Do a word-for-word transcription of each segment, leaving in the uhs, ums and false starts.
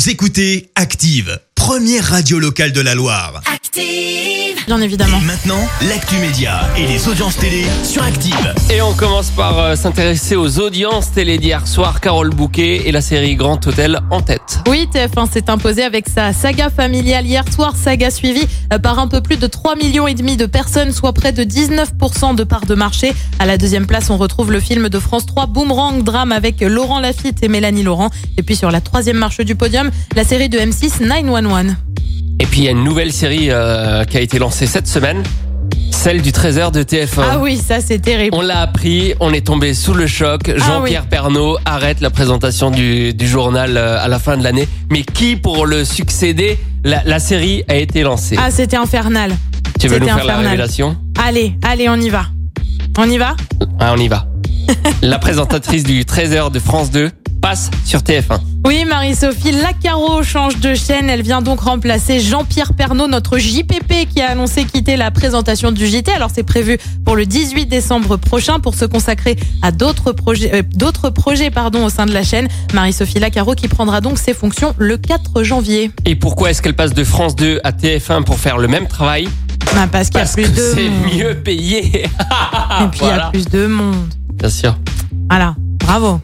Vous écoutez Active, première radio locale de la Loire. Active, bien évidemment. Et maintenant, l'actu média et les audiences télé sur Active. Et on commence par euh, s'intéresser aux audiences télé d'hier soir. Carole Bouquet et la série Grand Hôtel en tête. Oui, T F un s'est imposé avec sa saga familiale hier soir, saga suivie par un peu plus de trois millions et demi de personnes, soit près de dix-neuf pour cent de part de marché. À la deuxième place, on retrouve le film de France trois, Boomerang, drame avec Laurent Lafitte et Mélanie Laurent. Et puis sur la troisième marche du podium, la série de M six, neuf un un. Et puis il y a une nouvelle série euh, qui a été lancée cette semaine, celle du treize heures de T F un. Ah oui, ça c'est terrible. On l'a appris, on est tombé sous le choc. Jean-Pierre ah oui. Pernaut arrête la présentation du, du journal à la fin de l'année. Mais qui pour le succéder? La, la série a été lancée. Ah, c'était infernal. Tu veux c'était nous faire infernal. la révélation? Allez, allez, on y va. On y va? Ah, on y va. La présentatrice du treize heures de France deux passe sur T F un. Oui, Marie-Sophie Lacaro change de chaîne. Elle vient donc remplacer Jean-Pierre Pernaut, notre J P P, qui a annoncé quitter la présentation du J T. Alors, c'est prévu pour le dix-huit décembre prochain pour se consacrer à d'autres projets, euh, d'autres projets, pardon, au sein de la chaîne. Marie-Sophie Lacaro qui prendra donc ses fonctions le quatre janvier. Et pourquoi est-ce qu'elle passe de France deux à T F un pour faire le même travail? Bah parce qu'il y a Parce plus que de c'est monde. mieux payé. Et puis, il Voilà. y a plus de monde. Bien sûr. Voilà, bravo.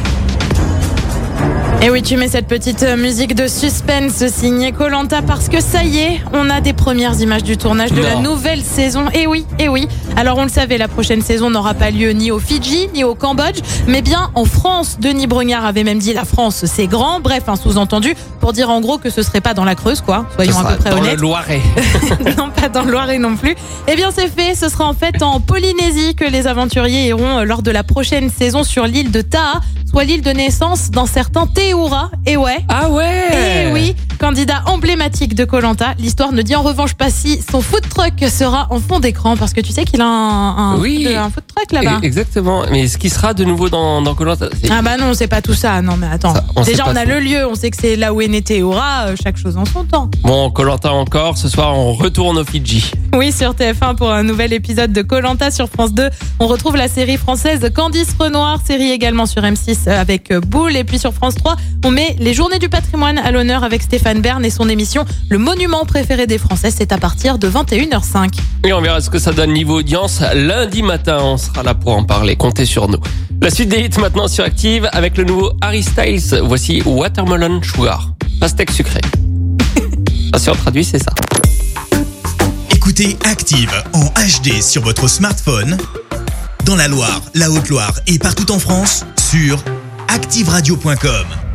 Et oui, tu mets cette petite musique de suspense signée Koh-Lanta parce que ça y est, on a des premières images du tournage de Non. la nouvelle saison. Et oui, et oui. Alors on le savait, la prochaine saison n'aura pas lieu ni au Fidji, ni au Cambodge, mais bien en France. Denis Brognard avait même dit la France, c'est grand. Bref, un sous-entendu pour dire en gros que ce serait pas dans la Creuse, quoi. Soyons Ce à sera peu près dans honnêtes. le Loiret. Non, pas dans le Loiret non plus. Eh bien, c'est fait. Ce sera en fait en Polynésie que les aventuriers iront lors de la prochaine saison sur l'île de Taha, soit l'île de naissance d'un certain Théoura. Et ouais. Ah ouais. Et oui, candidat emblématique de Koh-Lanta. L'histoire ne dit en revanche pas si son food truck sera en fond d'écran, parce que tu sais qu'il a un, un, Oui. food, un food truck là-bas. Exactement. Mais ce qui sera de nouveau dans dans Koh-Lanta, c'est- Ah bah non, c'est pas tout ça. Non mais attends. Ça, on sait Déjà pas on a trop. le lieu, on sait que c'est là où est né Théoura. euh, Chaque chose en son temps. Bon, Koh-Lanta encore. Ce soir, on retourne au Fidji. Oui, sur T F un pour un nouvel épisode de Koh-Lanta. Sur France deux, on retrouve la série française Candice Renoir, série également sur M six avec Boule. Et puis sur France trois, on met les Journées du patrimoine à l'honneur avec Stéphane Bern et son émission Le monument préféré des Français. C'est à partir de vingt et une heures zéro cinq. Et on verra ce que ça donne niveau audience. Lundi matin, on sera là pour en parler. Comptez sur nous. La suite des hits maintenant sur Active avec le nouveau Harry Styles. Voici Watermelon Sugar. Pastèque sucrée. Ah, si on traduit, c'est ça. Écoutez Active en H D sur votre smartphone, dans la Loire, la Haute-Loire et partout en France, sur active radio point com.